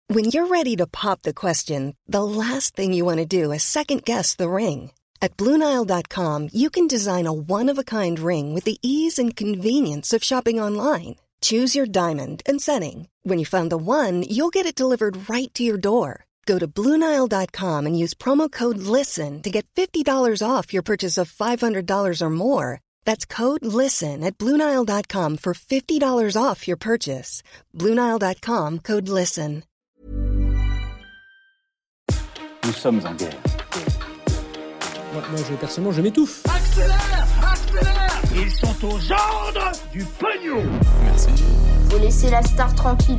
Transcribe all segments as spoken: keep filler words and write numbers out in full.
When you're ready to pop the question, the last thing you want to do is second-guess the ring. At Blue Nile dot com, you can design a one-of-a-kind ring with the ease and convenience of shopping online. Choose your diamond and setting. When you find the one, you'll get it delivered right to your door. Go to Blue Nile dot com and use promo code LISTEN to get fifty dollars off your purchase of five hundred dollars or more. That's code LISTEN at Blue Nile dot com for fifty dollars off your purchase. Blue Nile dot com, code LISTEN. Nous sommes en guerre. Moi, moi je, personnellement, je m'étouffe. Accélère, accélère. Ils sont aux ordres du pognon. Merci. Faut laisser la star tranquille.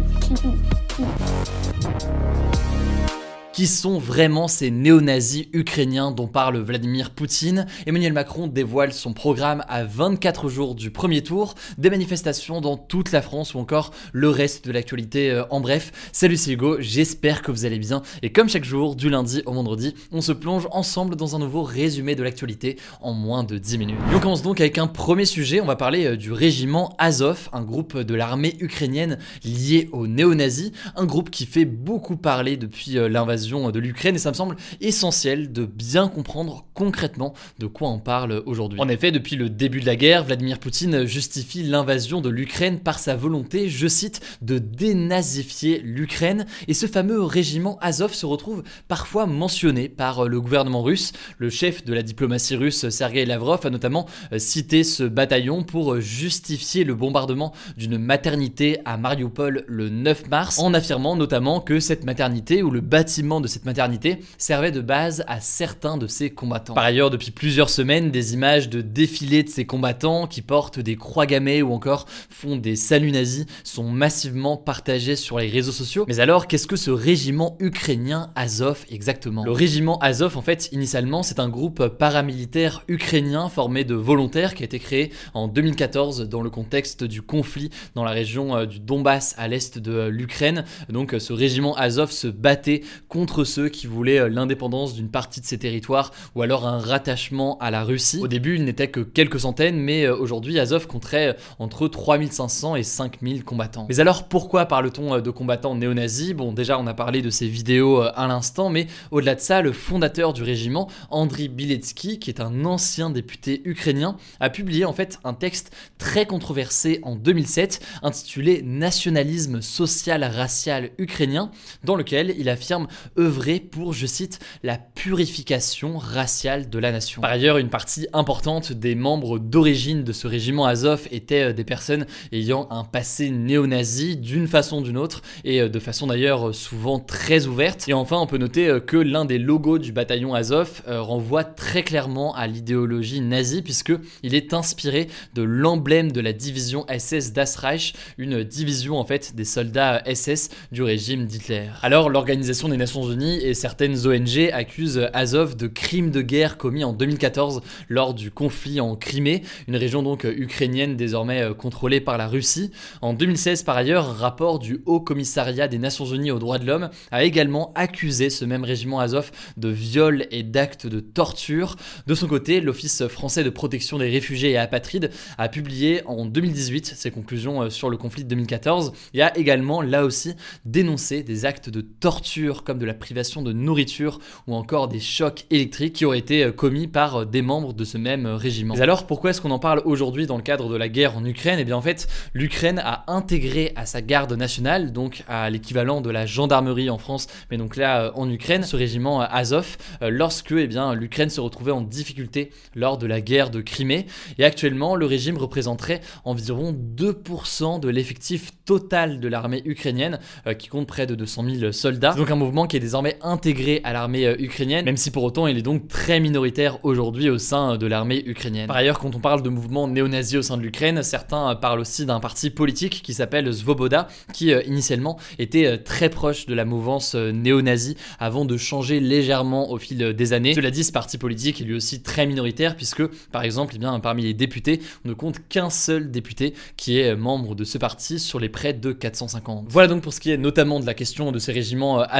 Qui sont vraiment ces néo-nazis ukrainiens dont parle Vladimir Poutine? Emmanuel Macron dévoile son programme à vingt-quatre jours du premier tour, des manifestations dans toute la France ou encore le reste de l'actualité euh, en bref. Salut, c'est Hugo, j'espère que vous allez bien et comme chaque jour, du lundi au vendredi, on se plonge ensemble dans un nouveau résumé de l'actualité en moins de dix minutes. Et on commence donc avec un premier sujet, on va parler euh, du régiment Azov, un groupe de l'armée ukrainienne lié aux néo-nazis, un groupe qui fait beaucoup parler depuis euh, l'invasion de l'Ukraine et ça me semble essentiel de bien comprendre concrètement de quoi on parle aujourd'hui. En effet, depuis le début de la guerre, Vladimir Poutine justifie l'invasion de l'Ukraine par sa volonté, je cite, de dénazifier l'Ukraine et ce fameux régiment Azov se retrouve parfois mentionné par le gouvernement russe. Le chef de la diplomatie russe, Sergei Lavrov, a notamment cité ce bataillon pour justifier le bombardement d'une maternité à Mariupol le neuf mars en affirmant notamment que cette maternité ou le bâtiment de cette maternité servait de base à certains de ces combattants. Par ailleurs, depuis plusieurs semaines, des images de défilés de ces combattants qui portent des croix gammées ou encore font des saluts nazis sont massivement partagées sur les réseaux sociaux. Mais alors, qu'est-ce que ce régiment ukrainien Azov exactement? Le régiment Azov, en fait, initialement, c'est un groupe paramilitaire ukrainien formé de volontaires qui a été créé en deux mille quatorze dans le contexte du conflit dans la région du Donbass à l'est de l'Ukraine. Donc, ce régiment Azov se battait contre contre ceux qui voulaient l'indépendance d'une partie de ces territoires ou alors un rattachement à la Russie. Au début, il n'était que quelques centaines, mais aujourd'hui, Azov compterait entre trois mille cinq cents et cinq mille combattants. Mais alors, pourquoi parle-t-on de combattants néo-nazis? Bon, déjà, on a parlé de ces vidéos à l'instant, mais au-delà de ça, le fondateur du régiment, Andriy Bilecki, qui est un ancien député ukrainien, a publié en fait un texte très controversé en deux mille sept, intitulé « Nationalisme social racial ukrainien », dans lequel il affirme œuvrer pour, je cite, la purification raciale de la nation. Par ailleurs, une partie importante des membres d'origine de ce régiment Azov étaient des personnes ayant un passé néo-nazi d'une façon ou d'une autre et de façon d'ailleurs souvent très ouverte. Et enfin, on peut noter que l'un des logos du bataillon Azov renvoie très clairement à l'idéologie nazie puisque il est inspiré de l'emblème de la division S S Das Reich, une division en fait des soldats S S du régime d'Hitler. Alors, l'Organisation des Nations Unies et certaines O N G accusent Azov de crimes de guerre commis en deux mille quatorze lors du conflit en Crimée, une région donc ukrainienne désormais contrôlée par la Russie. En deux mille seize, par ailleurs, un rapport du Haut Commissariat des Nations Unies aux droits de l'homme a également accusé ce même régiment Azov de viols et d'actes de torture. De son côté, l'Office français de protection des réfugiés et apatrides a publié en deux mille dix-huit ses conclusions sur le conflit de deux mille quatorze et a également, là aussi, dénoncé des actes de torture comme de la privation de nourriture ou encore des chocs électriques qui auraient été commis par des membres de ce même régiment. Mais alors, pourquoi est-ce qu'on en parle aujourd'hui dans le cadre de la guerre en Ukraine? Eh bien en fait, l'Ukraine a intégré à sa garde nationale, donc à l'équivalent de la gendarmerie en France, mais donc là en Ukraine, ce régiment Azov, lorsque eh bien, l'Ukraine se retrouvait en difficulté lors de la guerre de Crimée. Et actuellement, le régime représenterait environ deux pour cent de l'effectif total de l'armée ukrainienne, euh, qui compte près de deux cent mille soldats. C'est donc un mouvement qui est désormais intégré à l'armée euh, ukrainienne, même si pour autant il est donc très minoritaire aujourd'hui au sein de l'armée ukrainienne. Par ailleurs, quand on parle de mouvements néo-nazis au sein de l'Ukraine, certains parlent aussi d'un parti politique qui s'appelle Svoboda, qui euh, initialement était euh, très proche de la mouvance euh, néo-nazie avant de changer légèrement au fil euh, des années. Cela dit, ce parti politique est lui aussi très minoritaire puisque, par exemple, eh bien, parmi les députés, on ne compte qu'un seul député qui est membre de ce parti sur les près de quatre cent cinquante. Voilà donc pour ce qui est notamment de la question de ces régiments euh, Azov, une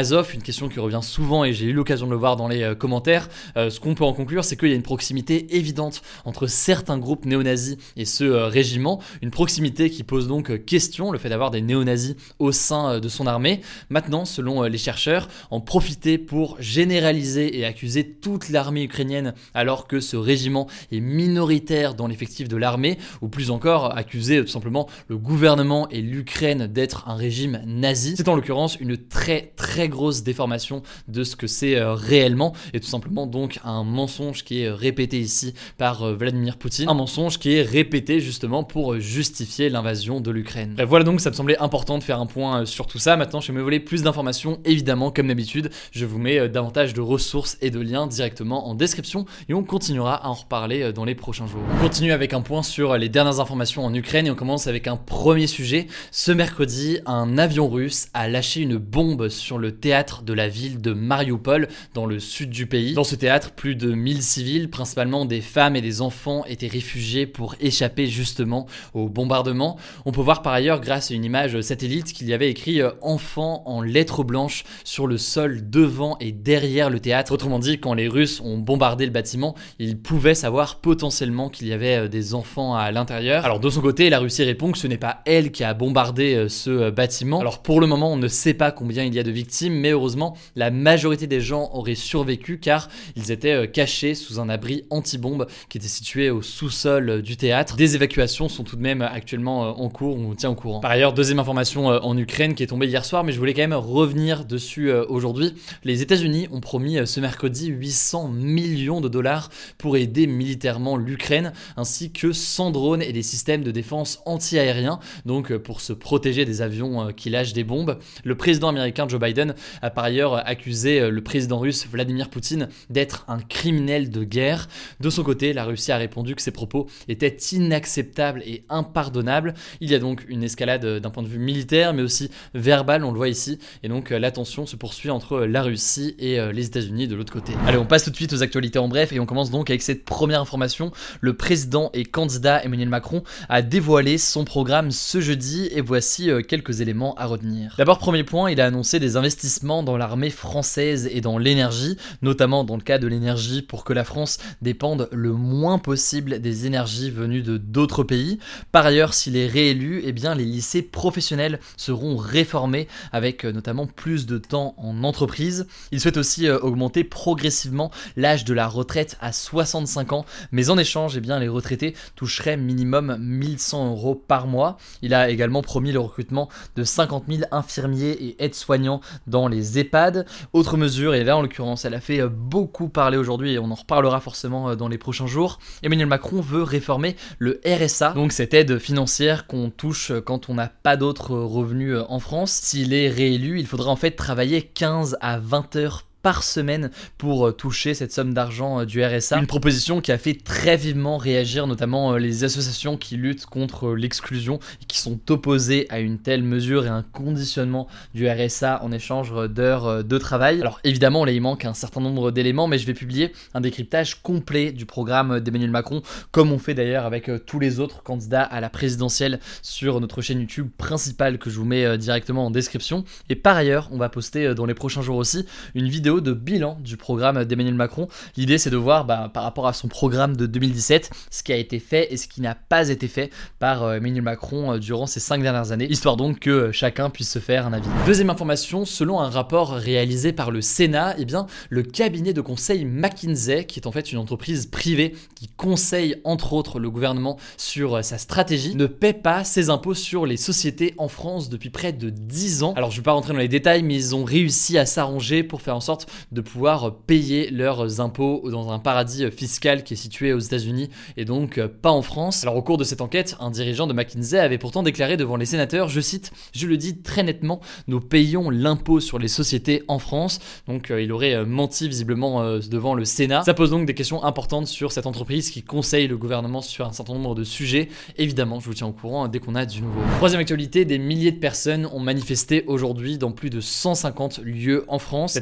question qui revient souvent et j'ai eu l'occasion de le voir dans les euh, commentaires. Euh, ce qu'on peut en conclure, c'est qu'il y a une proximité évidente entre certains groupes néo-nazis et ce euh, régiment, une proximité qui pose donc euh, question, le fait d'avoir des néo-nazis au sein euh, de son armée. Maintenant, selon euh, les chercheurs, en profiter pour généraliser et accuser toute l'armée ukrainienne alors que ce régiment est minoritaire dans l'effectif de l'armée, ou plus encore accuser euh, tout simplement le gouvernement et l'Ukraine d'être un régime nazi. C'est en l'occurrence une très très grosse déformation de ce que c'est euh, réellement, et tout simplement donc un mensonge qui est répété ici par euh, Vladimir Poutine, un mensonge qui est répété justement pour justifier l'invasion de l'Ukraine. Bref, voilà, donc ça me semblait important de faire un point euh, sur tout ça. Maintenant, je vais me voler plus d'informations, évidemment, comme d'habitude, je vous mets euh, davantage de ressources et de liens directement en description, et on continuera à en reparler euh, dans les prochains jours. On continue avec un point sur les dernières informations en Ukraine, et on commence avec un premier sujet. Ce mercredi, un avion russe a lâché une bombe sur le théâtre de la ville de Mariupol, dans le sud du pays. Dans ce théâtre, plus de mille civils, principalement des femmes et des enfants, étaient réfugiés pour échapper justement au bombardement. On peut voir par ailleurs, grâce à une image satellite, qu'il y avait écrit « enfants » en lettres blanches sur le sol devant et derrière le théâtre. Autrement dit, quand les Russes ont bombardé le bâtiment, ils pouvaient savoir potentiellement qu'il y avait des enfants à l'intérieur. Alors de son côté, la Russie répond que ce n'est pas elle qui a bombardé ce bâtiment. Alors pour le moment, on ne sait pas combien il y a de victimes, mais heureusement, la majorité des gens auraient survécu car ils étaient cachés sous un abri anti-bombe qui était situé au sous-sol du théâtre. Des évacuations sont tout de même actuellement en cours, on tient au courant. Par ailleurs, deuxième information en Ukraine qui est tombée hier soir, mais je voulais quand même revenir dessus aujourd'hui. Les États-Unis ont promis ce mercredi huit cents millions de dollars pour aider militairement l'Ukraine, ainsi que cent drones et des systèmes de défense anti-aériens, donc pour se protéger des avions qui lâchent des bombes. Le président américain Joe Biden a par ailleurs accusé le président russe Vladimir Poutine d'être un criminel de guerre. De son côté, la Russie a répondu que ses propos étaient inacceptables et impardonnables. Il y a donc une escalade d'un point de vue militaire, mais aussi verbal, on le voit ici, et donc la tension se poursuit entre la Russie et les États-Unis de l'autre côté. Allez, on passe tout de suite aux actualités en bref, et on commence donc avec cette première information. Le président et candidat Emmanuel Macron a dévoilé son programme ce jeudi, et voici quelques éléments à retenir. D'abord, premier point, il a annoncé des investissements dans l'armée française et dans l'énergie, notamment dans le cas de l'énergie pour que la France dépende le moins possible des énergies venues de d'autres pays. Par ailleurs, s'il est réélu, eh bien les lycées professionnels seront réformés avec notamment plus de temps en entreprise. Il souhaite aussi augmenter progressivement l'âge de la retraite à soixante-cinq ans, mais en échange, eh bien les retraités toucheraient minimum mille cent euros par mois. Il a également promis le recrutement de cinquante mille infirmiers et aides-soignants dans les EHPAD. Autre mesure, et là en l'occurrence elle a fait beaucoup parler aujourd'hui et on en reparlera forcément dans les prochains jours, Emmanuel Macron veut réformer le R S A, donc cette aide financière qu'on touche quand on n'a pas d'autres revenus en France. S'il est réélu, il faudra en fait travailler quinze à vingt heures par semaine pour toucher cette somme d'argent du R S A. Une proposition qui a fait très vivement réagir notamment les associations qui luttent contre l'exclusion et qui sont opposées à une telle mesure et un conditionnement du R S A en échange d'heures de travail. Alors évidemment là il manque un certain nombre d'éléments, mais je vais publier un décryptage complet du programme d'Emmanuel Macron, comme on fait d'ailleurs avec tous les autres candidats à la présidentielle sur notre chaîne YouTube principale que je vous mets directement en description. Et par ailleurs on va poster dans les prochains jours aussi une vidéo de bilan du programme d'Emmanuel Macron. L'idée c'est de voir bah, par rapport à son programme de deux mille dix-sept ce qui a été fait et ce qui n'a pas été fait par euh, Emmanuel Macron euh, durant ces cinq dernières années, histoire donc que euh, chacun puisse se faire un avis. Deuxième information, selon un rapport réalisé par le Sénat, eh bien, le cabinet de conseil McKinsey, qui est en fait une entreprise privée qui conseille entre autres le gouvernement sur euh, sa stratégie, ne paie pas ses impôts sur les sociétés en France depuis près de dix ans. Alors je ne vais pas rentrer dans les détails, mais ils ont réussi à s'arranger pour faire en sorte de pouvoir payer leurs impôts dans un paradis fiscal qui est situé aux États-Unis et donc pas en France. Alors au cours de cette enquête, un dirigeant de McKinsey avait pourtant déclaré devant les sénateurs, je cite, je le dis très nettement, nous payons l'impôt sur les sociétés en France. Donc euh, il aurait menti visiblement euh, devant le Sénat. Ça pose donc des questions importantes sur cette entreprise qui conseille le gouvernement sur un certain nombre de sujets. Évidemment, je vous tiens au courant dès qu'on a du nouveau. Troisième actualité, des milliers de personnes ont manifesté aujourd'hui dans plus de cent cinquante lieux en France. Cette manifestation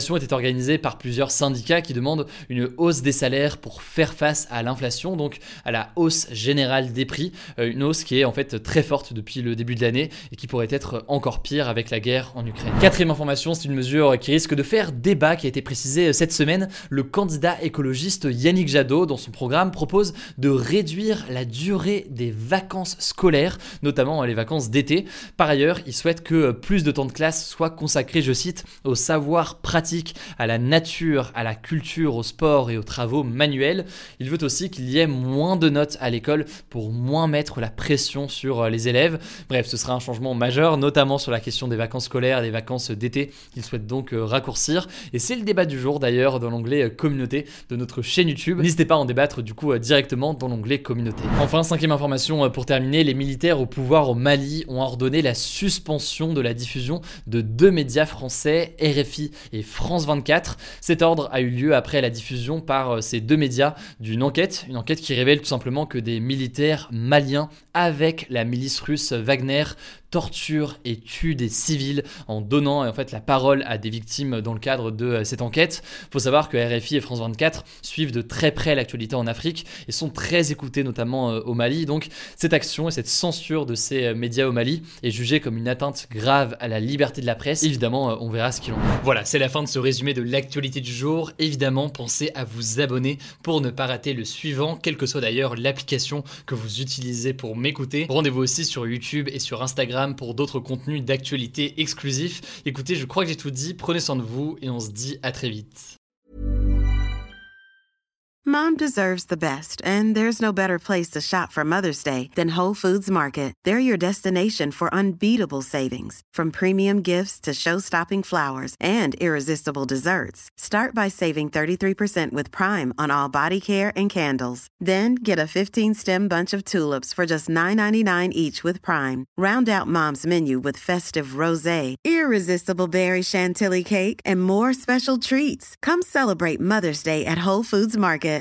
manifestation était organisée par plusieurs syndicats qui demandent une hausse des salaires pour faire face à l'inflation, donc à la hausse générale des prix, une hausse qui est en fait très forte depuis le début de l'année et qui pourrait être encore pire avec la guerre en Ukraine. Quatrième information, c'est une mesure qui risque de faire débat qui a été précisée cette semaine. Le candidat écologiste Yannick Jadot, dans son programme, propose de réduire la durée des vacances scolaires, notamment les vacances d'été. Par ailleurs, il souhaite que plus de temps de classe soit consacré, je cite, au savoir pratique, à la nature, à la culture, au sport et aux travaux manuels. Il veut aussi qu'il y ait moins de notes à l'école pour moins mettre la pression sur les élèves. Bref, ce sera un changement majeur, notamment sur la question des vacances scolaires et des vacances d'été. Il souhaite donc raccourcir. Et c'est le débat du jour d'ailleurs dans l'onglet communauté de notre chaîne YouTube. N'hésitez pas à en débattre du coup directement dans l'onglet communauté. Enfin, cinquième information pour terminer, les militaires au pouvoir au Mali ont ordonné la suspension de la diffusion de deux médias français, R F I et France vingt-quatre. Cet ordre a eu lieu après la diffusion par ces deux médias d'une enquête, une enquête qui révèle tout simplement que des militaires maliens avec la milice russe Wagner torture et tue des civils en donnant en fait la parole à des victimes dans le cadre de cette enquête. Il faut savoir que R F I et France vingt-quatre suivent de très près l'actualité en Afrique et sont très écoutés notamment au Mali. Donc cette action et cette censure de ces médias au Mali est jugée comme une atteinte grave à la liberté de la presse. Évidemment, on verra ce qu'il en est. Voilà, c'est la fin de ce résumé de l'actualité du jour. Évidemment, pensez à vous abonner pour ne pas rater le suivant, quelle que soit d'ailleurs l'application que vous utilisez pour m'écouter. Rendez-vous aussi sur YouTube et sur Instagram pour d'autres contenus d'actualité exclusifs. Écoutez, je crois que j'ai tout dit, prenez soin de vous et on se dit à très vite. Mom deserves the best, and there's no better place to shop for Mother's Day than Whole Foods Market. They're your destination for unbeatable savings, from premium gifts to show-stopping flowers and irresistible desserts. Start by saving thirty-three percent with Prime on all body care and candles. Then get a fifteen-stem bunch of tulips for just nine ninety-nine each with Prime. Round out Mom's menu with festive rosé, irresistible berry chantilly cake, and more special treats. Come celebrate Mother's Day at Whole Foods Market.